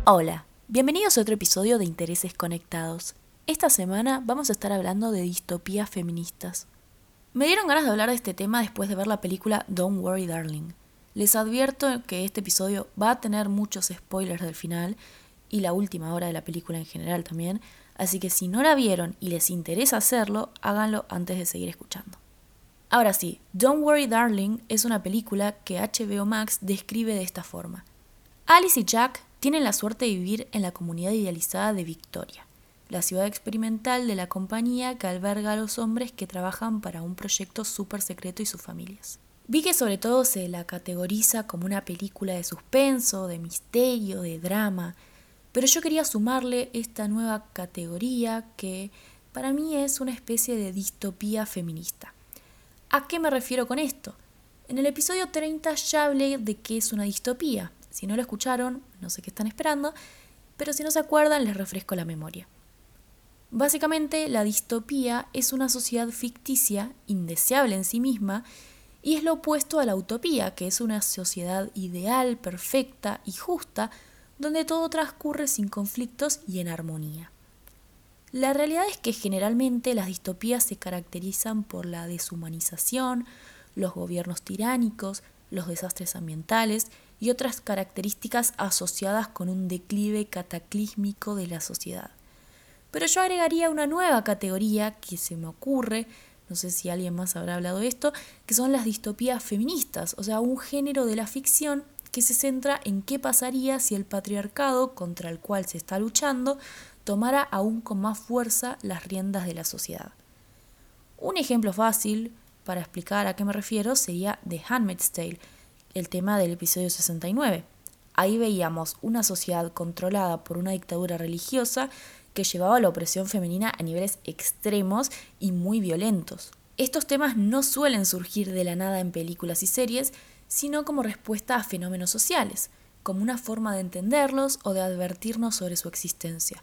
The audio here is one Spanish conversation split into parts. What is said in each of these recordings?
Hola, bienvenidos a otro episodio de Intereses Conectados. Esta semana vamos a estar hablando de distopías feministas. Me dieron ganas de hablar de este tema después de ver la película Don't Worry Darling. Les advierto que este episodio va a tener muchos spoilers del final y la última hora de la película en general también, así que si no la vieron y les interesa hacerlo, háganlo antes de seguir escuchando. Ahora sí, Don't Worry Darling es una película que HBO Max describe de esta forma. Alice y Jack tienen la suerte de vivir en la comunidad idealizada de Victoria, la ciudad experimental de la compañía que alberga a los hombres que trabajan para un proyecto súper secreto y sus familias. Vi que sobre todo se la categoriza como una película de suspenso, de misterio, de drama, pero yo quería sumarle esta nueva categoría que para mí es una especie de distopía feminista. ¿A qué me refiero con esto? En el episodio 30 ya hablé de qué es una distopía. Si no lo escucharon, no sé qué están esperando, pero si no se acuerdan, les refresco la memoria. Básicamente, la distopía es una sociedad ficticia, indeseable en sí misma, y es lo opuesto a la utopía, que es una sociedad ideal, perfecta y justa, donde todo transcurre sin conflictos y en armonía. La realidad es que generalmente las distopías se caracterizan por la deshumanización, los gobiernos tiránicos, los desastres ambientales y otras características asociadas con un declive cataclísmico de la sociedad. Pero yo agregaría una nueva categoría que se me ocurre, no sé si alguien más habrá hablado de esto, que son las distopías feministas, o sea, un género de la ficción que se centra en qué pasaría si el patriarcado contra el cual se está luchando tomara aún con más fuerza las riendas de la sociedad. Un ejemplo fácil para explicar a qué me refiero sería The Handmaid's Tale, el tema del episodio 69. Ahí veíamos una sociedad controlada por una dictadura religiosa que llevaba la opresión femenina a niveles extremos y muy violentos. Estos temas no suelen surgir de la nada en películas y series, sino como respuesta a fenómenos sociales, como una forma de entenderlos o de advertirnos sobre su existencia.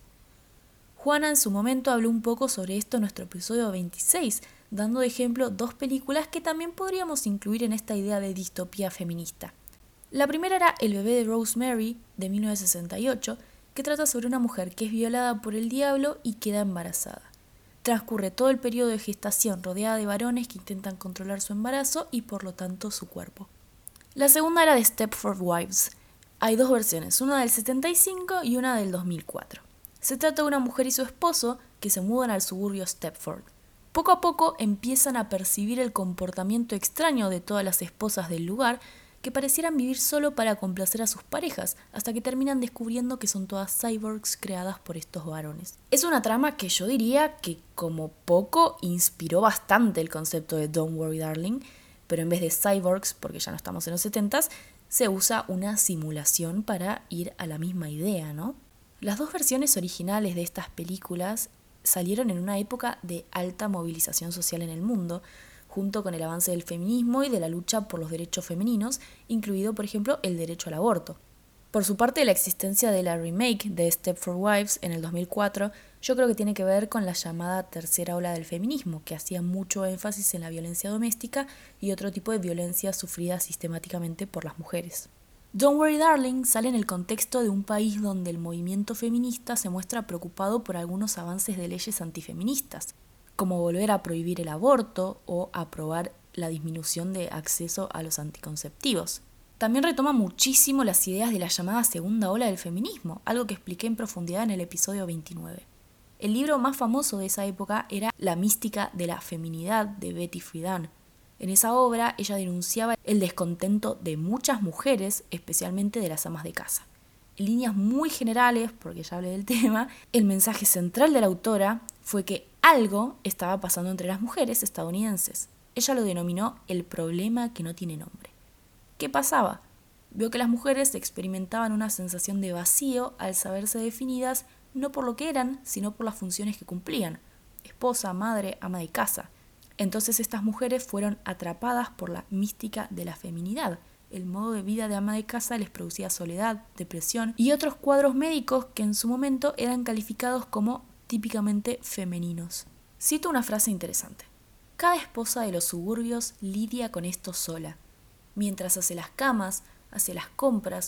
Juana en su momento habló un poco sobre esto en nuestro episodio 26, dando de ejemplo dos películas que también podríamos incluir en esta idea de distopía feminista. La primera era El bebé de Rosemary, de 1968, que trata sobre una mujer que es violada por el diablo y queda embarazada. Transcurre todo el periodo de gestación rodeada de varones que intentan controlar su embarazo y por lo tanto su cuerpo. La segunda era de Stepford Wives. Hay dos versiones, una del 75 y una del 2004. Se trata de una mujer y su esposo que se mudan al suburbio Stepford. Poco a poco empiezan a percibir el comportamiento extraño de todas las esposas del lugar que parecieran vivir solo para complacer a sus parejas, hasta que terminan descubriendo que son todas cyborgs creadas por estos varones. Es una trama que yo diría que como poco inspiró bastante el concepto de Don't Worry Darling, pero en vez de cyborgs, porque ya no estamos en los 70s, se usa una simulación para ir a la misma idea, ¿no? Las dos versiones originales de estas películas salieron en una época de alta movilización social en el mundo, junto con el avance del feminismo y de la lucha por los derechos femeninos, incluido, por ejemplo, el derecho al aborto. Por su parte, la existencia de la remake de Stepford Wives en el 2004 yo creo que tiene que ver con la llamada tercera ola del feminismo, que hacía mucho énfasis en la violencia doméstica y otro tipo de violencia sufrida sistemáticamente por las mujeres. Don't Worry Darling sale en el contexto de un país donde el movimiento feminista se muestra preocupado por algunos avances de leyes antifeministas, como volver a prohibir el aborto o aprobar la disminución de acceso a los anticonceptivos. También retoma muchísimo las ideas de la llamada segunda ola del feminismo, algo que expliqué en profundidad en el episodio 29. El libro más famoso de esa época era La mística de la feminidad de Betty Friedan. En esa obra ella denunciaba el descontento de muchas mujeres, especialmente de las amas de casa. En líneas muy generales, porque ya hablé del tema, el mensaje central de la autora fue que algo estaba pasando entre las mujeres estadounidenses. Ella lo denominó el problema que no tiene nombre. ¿Qué pasaba? Vio que las mujeres experimentaban una sensación de vacío al saberse definidas no por lo que eran, sino por las funciones que cumplían: esposa, madre, ama de casa. Entonces estas mujeres fueron atrapadas por la mística de la feminidad. El modo de vida de ama de casa les producía soledad, depresión y otros cuadros médicos que en su momento eran calificados como típicamente femeninos. Cito una frase interesante. Cada esposa de los suburbios lidia con esto sola. Mientras hace las camas, hace las compras,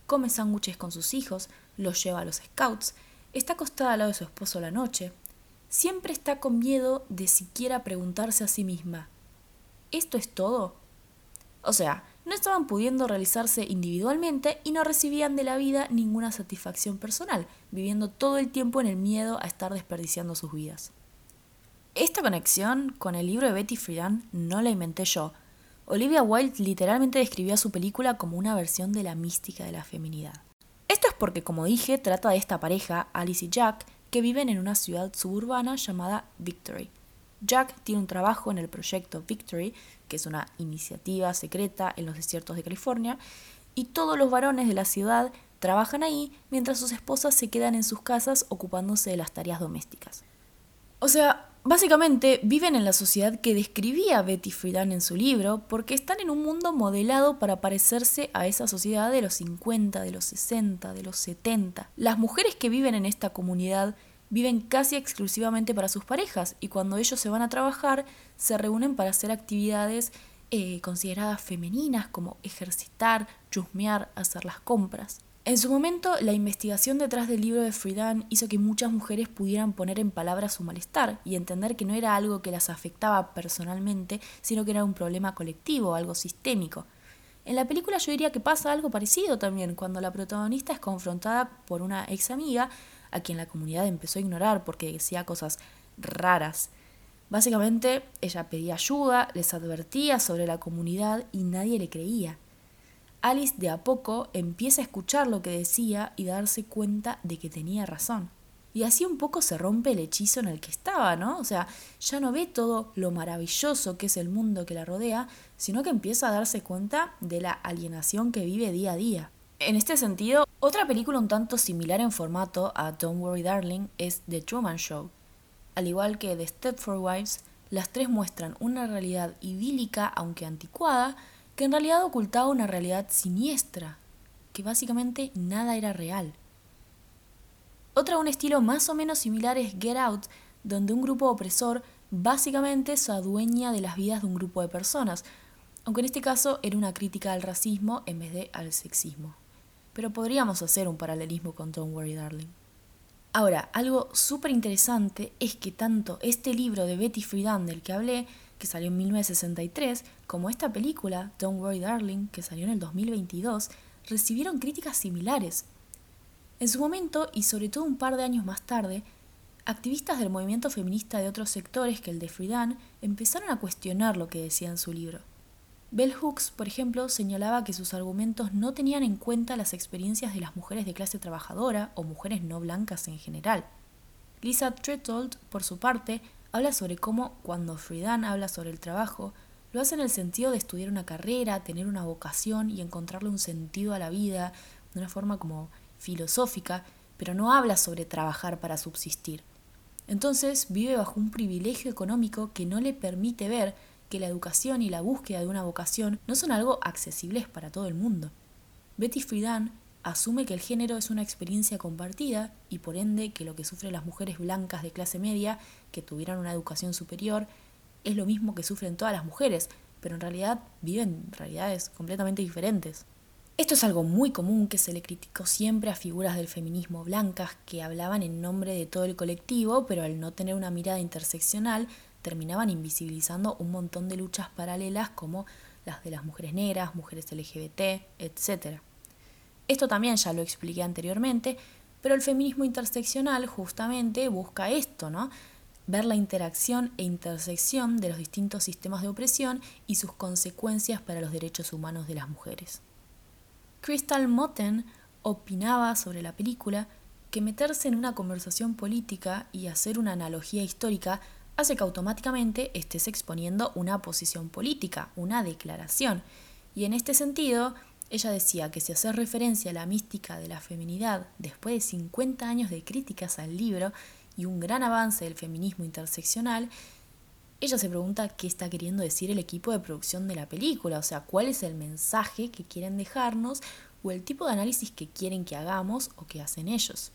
come sándwiches con sus hijos, los lleva a los scouts, está acostada al lado de su esposo a la noche. Siempre está con miedo de siquiera preguntarse a sí misma, ¿esto es todo? O sea, no estaban pudiendo realizarse individualmente y no recibían de la vida ninguna satisfacción personal, viviendo todo el tiempo en el miedo a estar desperdiciando sus vidas. Esta conexión con el libro de Betty Friedan no la inventé yo. Olivia Wilde literalmente describió a su película como una versión de la mística de la feminidad. Esto es porque, como dije, trata de esta pareja, Alice y Jack, que viven en una ciudad suburbana llamada Victory. Jack tiene un trabajo en el proyecto Victory, que es una iniciativa secreta en los desiertos de California, y todos los varones de la ciudad trabajan ahí mientras sus esposas se quedan en sus casas ocupándose de las tareas domésticas. O sea, básicamente viven en la sociedad que describía Betty Friedan en su libro porque están en un mundo modelado para parecerse a esa sociedad de los 50, de los 60, de los 70. Las mujeres que viven en esta comunidad viven casi exclusivamente para sus parejas y cuando ellos se van a trabajar se reúnen para hacer actividades consideradas femeninas como ejercitar, chusmear, hacer las compras. En su momento, la investigación detrás del libro de Friedan hizo que muchas mujeres pudieran poner en palabras su malestar y entender que no era algo que las afectaba personalmente, sino que era un problema colectivo, algo sistémico. En la película yo diría que pasa algo parecido también, cuando la protagonista es confrontada por una ex amiga a quien la comunidad empezó a ignorar porque decía cosas raras. Básicamente, ella pedía ayuda, les advertía sobre la comunidad y nadie le creía. Alice de a poco empieza a escuchar lo que decía y darse cuenta de que tenía razón. Y así un poco se rompe el hechizo en el que estaba, ¿no? O sea, ya no ve todo lo maravilloso que es el mundo que la rodea, sino que empieza a darse cuenta de la alienación que vive día a día. En este sentido, otra película un tanto similar en formato a Don't Worry Darling es The Truman Show. Al igual que The Stepford Wives, las tres muestran una realidad idílica, aunque anticuada, que en realidad ocultaba una realidad siniestra, que básicamente nada era real. Otra de un estilo más o menos similar es Get Out, donde un grupo opresor básicamente se adueña de las vidas de un grupo de personas, aunque en este caso era una crítica al racismo en vez de al sexismo. Pero podríamos hacer un paralelismo con Don't Worry Darling. Ahora, algo súper interesante es que tanto este libro de Betty Friedan del que hablé, que salió en 1963, como esta película, Don't Worry Darling, que salió en el 2022, recibieron críticas similares. En su momento, y sobre todo un par de años más tarde, activistas del movimiento feminista de otros sectores que el de Friedan empezaron a cuestionar lo que decía en su libro. Bell Hooks, por ejemplo, señalaba que sus argumentos no tenían en cuenta las experiencias de las mujeres de clase trabajadora o mujeres no blancas en general. Lisa Trethold, por su parte, habla sobre cómo, cuando Friedan habla sobre el trabajo, lo hace en el sentido de estudiar una carrera, tener una vocación y encontrarle un sentido a la vida, de una forma como filosófica, pero no habla sobre trabajar para subsistir. Entonces vive bajo un privilegio económico que no le permite ver que la educación y la búsqueda de una vocación no son algo accesibles para todo el mundo. Betty Friedan asume que el género es una experiencia compartida y por ende que lo que sufren las mujeres blancas de clase media que tuvieron una educación superior es lo mismo que sufren todas las mujeres, pero en realidad viven realidades completamente diferentes. Esto es algo muy común que se le criticó siempre a figuras del feminismo blancas que hablaban en nombre de todo el colectivo, pero al no tener una mirada interseccional terminaban invisibilizando un montón de luchas paralelas como las de las mujeres negras, mujeres LGBT, etc. Esto también ya lo expliqué anteriormente, pero el feminismo interseccional justamente busca esto, ¿no? Ver la interacción e intersección de los distintos sistemas de opresión y sus consecuencias para los derechos humanos de las mujeres. Crystal Moten opinaba sobre la película que meterse en una conversación política y hacer una analogía histórica hace que automáticamente estés exponiendo una posición política, una declaración. Y en este sentido, ella decía que si haces referencia a la mística de la feminidad después de 50 años de críticas al libro y un gran avance del feminismo interseccional, ella se pregunta qué está queriendo decir el equipo de producción de la película, o sea, cuál es el mensaje que quieren dejarnos o el tipo de análisis que quieren que hagamos o que hacen ellos.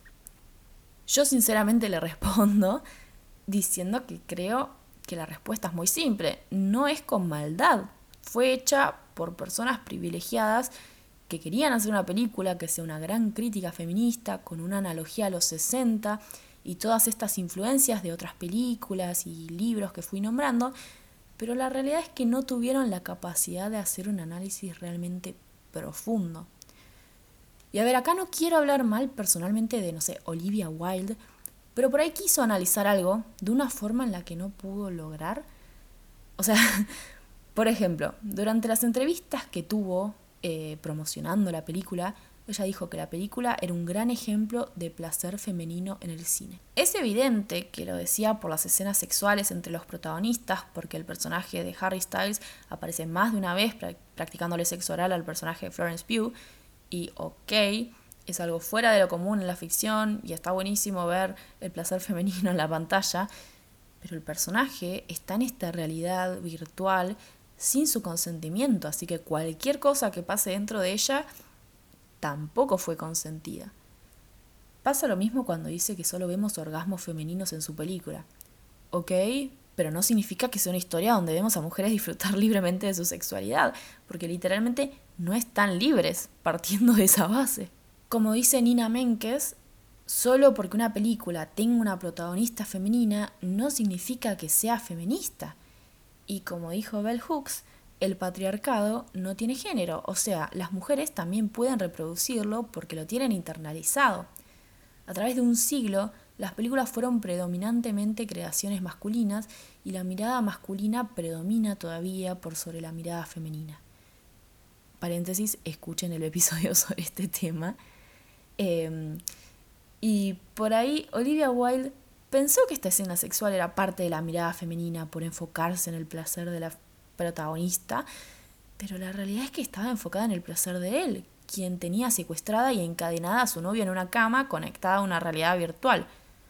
Yo sinceramente le respondo diciendo que creo que la respuesta es muy simple, no es con maldad, fue hecha por personas privilegiadas que querían hacer una película que sea una gran crítica feminista, con una analogía a los 60 y todas estas influencias de otras películas y libros que fui nombrando, pero la realidad es que no tuvieron la capacidad de hacer un análisis realmente profundo. Y a ver, acá no quiero hablar mal personalmente de, no sé, Olivia Wilde, pero por ahí quiso analizar algo de una forma en la que no pudo lograr. O sea, por ejemplo, durante las entrevistas que tuvo promocionando la película, ella dijo que la película era un gran ejemplo de placer femenino en el cine. Es evidente que lo decía por las escenas sexuales entre los protagonistas, porque el personaje de Harry Styles aparece más de una vez practicándole sexo oral al personaje de Florence Pugh, y ok, es algo fuera de lo común en la ficción y está buenísimo ver el placer femenino en la pantalla, pero el personaje está en esta realidad virtual sin su consentimiento, así que cualquier cosa que pase dentro de ella tampoco fue consentida. Pasa lo mismo cuando dice que solo vemos orgasmos femeninos en su película. Ok, pero no significa que sea una historia donde vemos a mujeres disfrutar libremente de su sexualidad, porque literalmente no están libres partiendo de esa base. Como dice Nina Menkes, solo porque una película tenga una protagonista femenina no significa que sea feminista. Y como dijo Bell Hooks, el patriarcado no tiene género, o sea, las mujeres también pueden reproducirlo porque lo tienen internalizado. A través de un siglo, las películas fueron predominantemente creaciones masculinas y la mirada masculina predomina todavía por sobre la mirada femenina. Paréntesis, escuchen el episodio sobre este tema. Y por ahí Olivia Wilde pensó que esta escena sexual era parte de la mirada femenina por enfocarse en el placer de la protagonista, pero la realidad es que estaba enfocada en el placer de él, quien tenía secuestrada y encadenada a su novio en una cama conectada a una realidad virtual.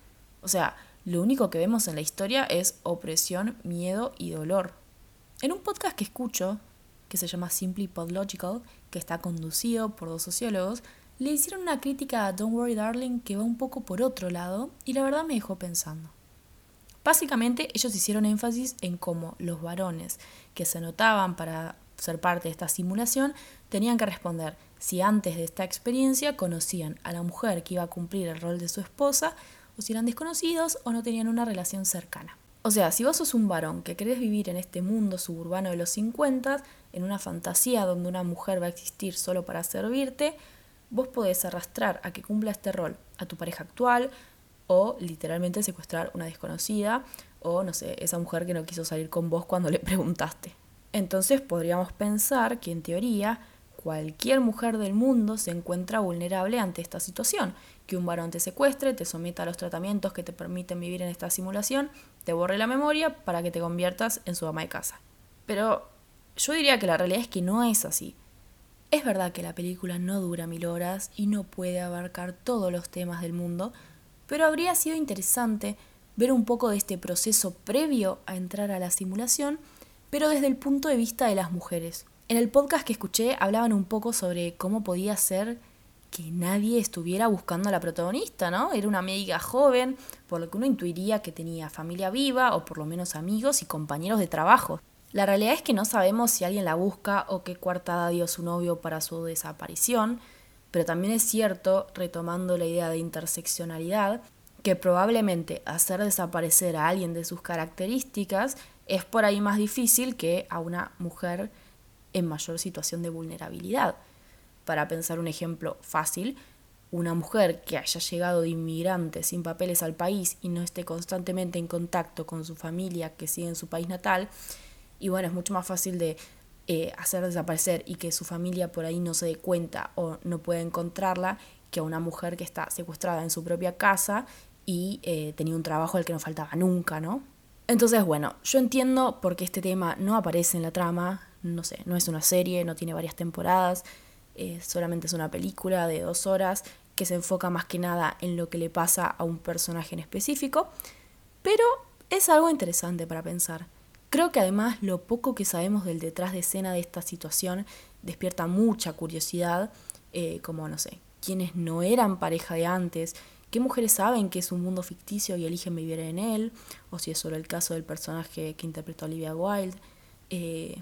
O sea, lo único que vemos en la historia es opresión, miedo y dolor. En un podcast que escucho, que se llama Simply Podlogical, que está conducido por dos sociólogos, le hicieron una crítica a Don't Worry Darling que va un poco por otro lado y la verdad me dejó pensando. Básicamente ellos hicieron énfasis en cómo los varones que se anotaban para ser parte de esta simulación tenían que responder si antes de esta experiencia conocían a la mujer que iba a cumplir el rol de su esposa o si eran desconocidos o no tenían una relación cercana. O sea, si vos sos un varón que querés vivir en este mundo suburbano de los 50, en una fantasía donde una mujer va a existir solo para servirte, vos podés arrastrar a que cumpla este rol a tu pareja actual o literalmente secuestrar una desconocida o, no sé, esa mujer que no quiso salir con vos cuando le preguntaste. Entonces podríamos pensar que en teoría cualquier mujer del mundo se encuentra vulnerable ante esta situación, que un varón te secuestre, te someta a los tratamientos que te permiten vivir en esta simulación, te borre la memoria para que te conviertas en su ama de casa. Pero yo diría que la realidad es que no es así. Es verdad que la película no dura 1000 horas y no puede abarcar todos los temas del mundo, pero habría sido interesante ver un poco de este proceso previo a entrar a la simulación, pero desde el punto de vista de las mujeres. En el podcast que escuché hablaban un poco sobre cómo podía ser que nadie estuviera buscando a la protagonista, ¿no? Era una médica joven, por lo que uno intuiría que tenía familia viva o por lo menos amigos y compañeros de trabajo. La realidad es que no sabemos si alguien la busca o qué coartada dio su novio para su desaparición, pero también es cierto, retomando la idea de interseccionalidad, que probablemente hacer desaparecer a alguien de sus características es por ahí más difícil que a una mujer en mayor situación de vulnerabilidad. Para pensar un ejemplo fácil, una mujer que haya llegado de inmigrante sin papeles al país y no esté constantemente en contacto con su familia que sigue en su país natal, y bueno, es mucho más fácil de hacer desaparecer y que su familia por ahí no se dé cuenta o no pueda encontrarla que a una mujer que está secuestrada en su propia casa y tenía un trabajo al que no faltaba nunca, ¿no? Entonces, bueno, yo entiendo por qué este tema no aparece en la trama, no sé, no es una serie, no tiene varias temporadas, solamente es una película de 2 horas que se enfoca más que nada en lo que le pasa a un personaje en específico, pero es algo interesante para pensar. Creo que además lo poco que sabemos del detrás de escena de esta situación despierta mucha curiosidad, como, no sé, quiénes no eran pareja de antes, qué mujeres saben que es un mundo ficticio y eligen vivir en él, o si es solo el caso del personaje que interpretó Olivia Wilde,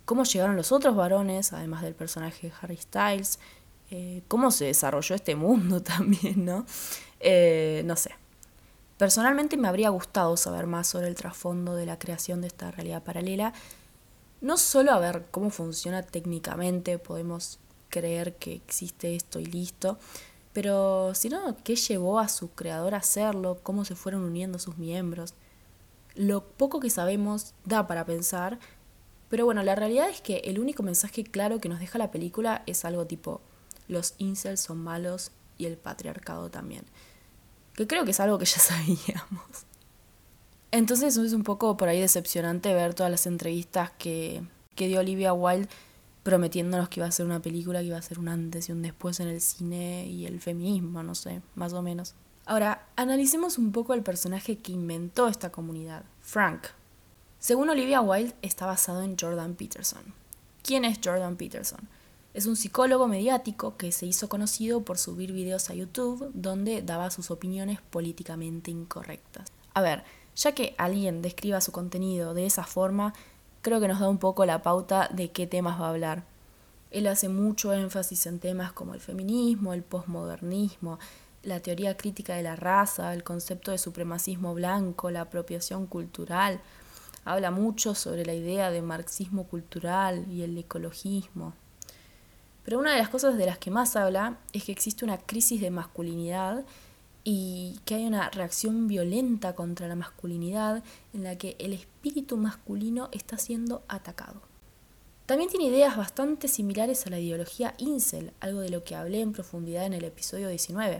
cómo llegaron los otros varones, además del personaje de Harry Styles, cómo se desarrolló este mundo también, ¿no? No sé. Personalmente me habría gustado saber más sobre el trasfondo de la creación de esta realidad paralela. No solo a ver cómo funciona técnicamente, podemos creer que existe esto y listo, pero sino qué llevó a su creador a hacerlo, cómo se fueron uniendo sus miembros. Lo poco que sabemos da para pensar, pero bueno, la realidad es que el único mensaje claro que nos deja la película es algo tipo: los incels son malos y el patriarcado también. Que creo que es algo que ya sabíamos. Entonces es un poco por ahí decepcionante ver todas las entrevistas que dio Olivia Wilde prometiéndonos que iba a ser una película que iba a ser un antes y un después en el cine y el feminismo, no sé, más o menos. Ahora, analicemos un poco el personaje que inventó esta comunidad, Frank. Según Olivia Wilde, está basado en Jordan Peterson. ¿Quién es Jordan Peterson? Es un psicólogo mediático que se hizo conocido por subir videos a YouTube donde daba sus opiniones políticamente incorrectas. A ver, ya que alguien describa su contenido de esa forma, creo que nos da un poco la pauta de qué temas va a hablar. Él hace mucho énfasis en temas como el feminismo, el posmodernismo, la teoría crítica de la raza, el concepto de supremacismo blanco, la apropiación cultural. Habla mucho sobre la idea de marxismo cultural y el ecologismo. Pero una de las cosas de las que más habla es que existe una crisis de masculinidad y que hay una reacción violenta contra la masculinidad en la que el espíritu masculino está siendo atacado. También tiene ideas bastante similares a la ideología incel, algo de lo que hablé en profundidad en el episodio 19.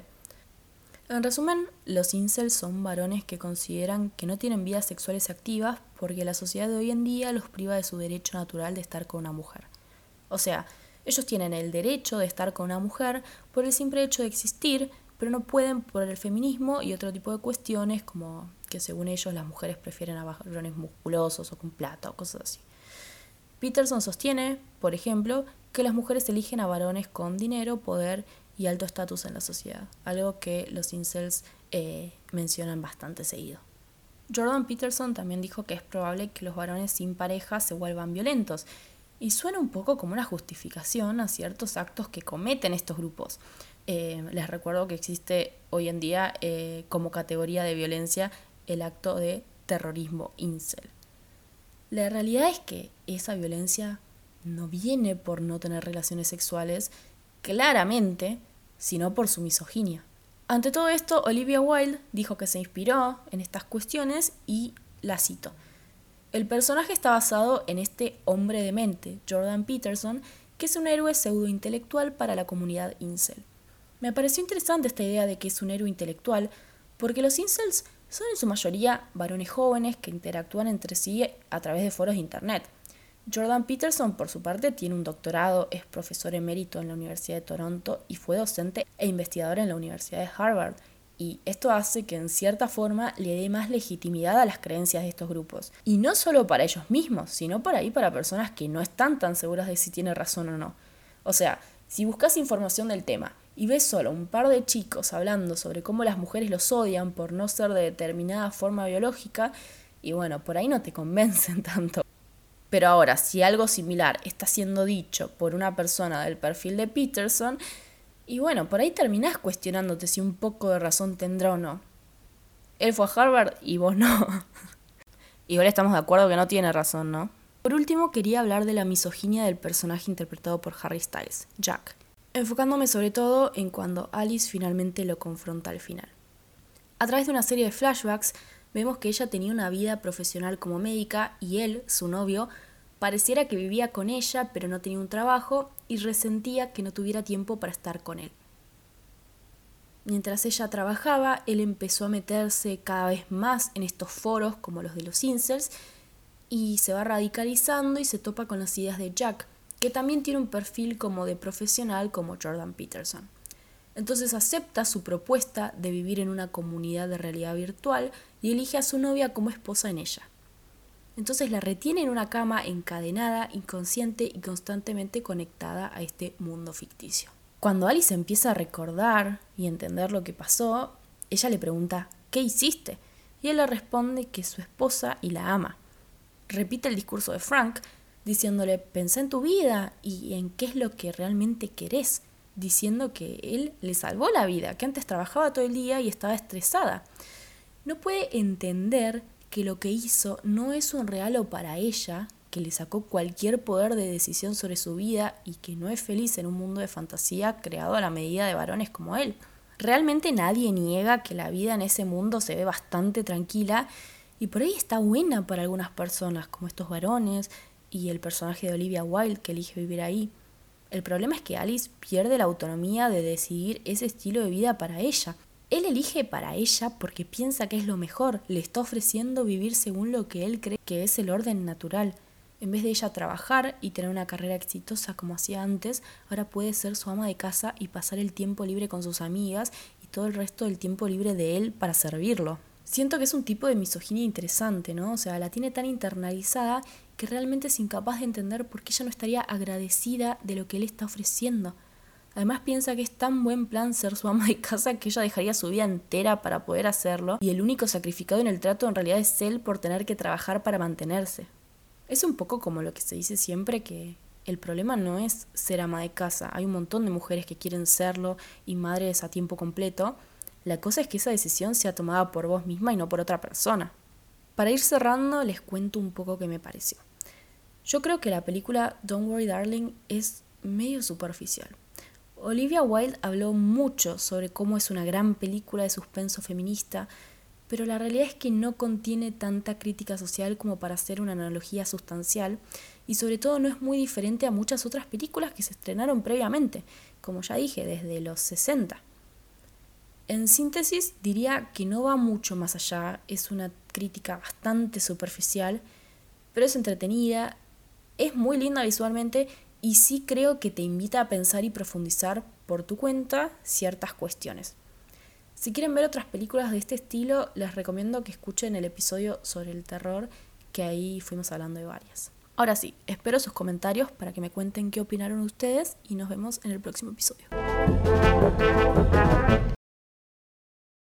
En resumen, los incels son varones que consideran que no tienen vidas sexuales activas porque la sociedad de hoy en día los priva de su derecho natural de estar con una mujer. O sea, ellos tienen el derecho de estar con una mujer por el simple hecho de existir, pero no pueden por el feminismo y otro tipo de cuestiones como que según ellos las mujeres prefieren a varones musculosos o con plata o cosas así. Peterson sostiene, por ejemplo, que las mujeres eligen a varones con dinero, poder y alto estatus en la sociedad, algo que los incels mencionan bastante seguido. Jordan Peterson también dijo que es probable que los varones sin pareja se vuelvan violentos, y suena un poco como una justificación a ciertos actos que cometen estos grupos. Les recuerdo que existe hoy en día como categoría de violencia el acto de terrorismo incel. La realidad es que esa violencia no viene por no tener relaciones sexuales, claramente, sino por su misoginia. Ante todo esto, Olivia Wilde dijo que se inspiró en estas cuestiones y la cito: el personaje está basado en este hombre de mente, Jordan Peterson, que es un héroe pseudointelectual para la comunidad incel. Me pareció interesante esta idea de que es un héroe intelectual, porque los incels son en su mayoría varones jóvenes que interactúan entre sí a través de foros de internet. Jordan Peterson, por su parte, tiene un doctorado, es profesor emérito en la Universidad de Toronto y fue docente e investigador en la Universidad de Harvard. Y esto hace que en cierta forma le dé más legitimidad a las creencias de estos grupos. Y no solo para ellos mismos, sino por ahí para personas que no están tan seguras de si tiene razón o no. O sea, si buscas información del tema y ves solo un par de chicos hablando sobre cómo las mujeres los odian por no ser de determinada forma biológica, y bueno, por ahí no te convencen tanto. Pero ahora, si algo similar está siendo dicho por una persona del perfil de Peterson, y bueno, por ahí terminás cuestionándote si un poco de razón tendrá o no. Él fue a Harvard y vos no. Igual estamos de acuerdo que no tiene razón, ¿no? Por último, quería hablar de la misoginia del personaje interpretado por Harry Styles, Jack, enfocándome sobre todo en cuando Alice finalmente lo confronta al final. A través de una serie de flashbacks, vemos que ella tenía una vida profesional como médica y él, su novio, pareciera que vivía con ella pero no tenía un trabajo y resentía que no tuviera tiempo para estar con él. Mientras ella trabajaba, él empezó a meterse cada vez más en estos foros como los de los incels y se va radicalizando y se topa con las ideas de Jack, que también tiene un perfil como de profesional como Jordan Peterson. Entonces acepta su propuesta de vivir en una comunidad de realidad virtual y elige a su novia como esposa en ella. Entonces la retiene en una cama encadenada, inconsciente y constantemente conectada a este mundo ficticio. Cuando Alice empieza a recordar y entender lo que pasó, ella le pregunta: ¿qué hiciste? Y él le responde que es su esposa y la ama. Repite el discurso de Frank, diciéndole pensá en tu vida y en qué es lo que realmente querés, diciendo que él le salvó la vida, que antes trabajaba todo el día y estaba estresada. No puede entender que lo que hizo no es un regalo para ella, que le sacó cualquier poder de decisión sobre su vida y que no es feliz en un mundo de fantasía creado a la medida de varones como él. Realmente nadie niega que la vida en ese mundo se ve bastante tranquila y por ahí está buena para algunas personas, como estos varones y el personaje de Olivia Wilde que elige vivir ahí. El problema es que Alice pierde la autonomía de decidir ese estilo de vida para ella. Él elige para ella porque piensa que es lo mejor, le está ofreciendo vivir según lo que él cree que es el orden natural. En vez de ella trabajar y tener una carrera exitosa como hacía antes, ahora puede ser su ama de casa y pasar el tiempo libre con sus amigas y todo el resto del tiempo libre de él para servirlo. Siento que es un tipo de misoginia interesante, ¿no? O sea, la tiene tan internalizada que realmente es incapaz de entender por qué ella no estaría agradecida de lo que él está ofreciendo. Además piensa que es tan buen plan ser su ama de casa que ella dejaría su vida entera para poder hacerlo y el único sacrificado en el trato en realidad es él por tener que trabajar para mantenerse. Es un poco como lo que se dice siempre, que el problema no es ser ama de casa. Hay un montón de mujeres que quieren serlo y madres a tiempo completo. La cosa es que esa decisión sea tomada por vos misma y no por otra persona. Para ir cerrando, les cuento un poco qué me pareció. Yo creo que la película Don't Worry Darling es medio superficial. Olivia Wilde habló mucho sobre cómo es una gran película de suspenso feminista, pero la realidad es que no contiene tanta crítica social como para hacer una analogía sustancial y sobre todo no es muy diferente a muchas otras películas que se estrenaron previamente, como ya dije, desde los 60. En síntesis, diría que no va mucho más allá, es una crítica bastante superficial, pero es entretenida, es muy linda visualmente y sí creo que te invita a pensar y profundizar por tu cuenta ciertas cuestiones. Si quieren ver otras películas de este estilo, les recomiendo que escuchen el episodio sobre el terror, que ahí fuimos hablando de varias. Ahora sí, espero sus comentarios para que me cuenten qué opinaron ustedes y nos vemos en el próximo episodio.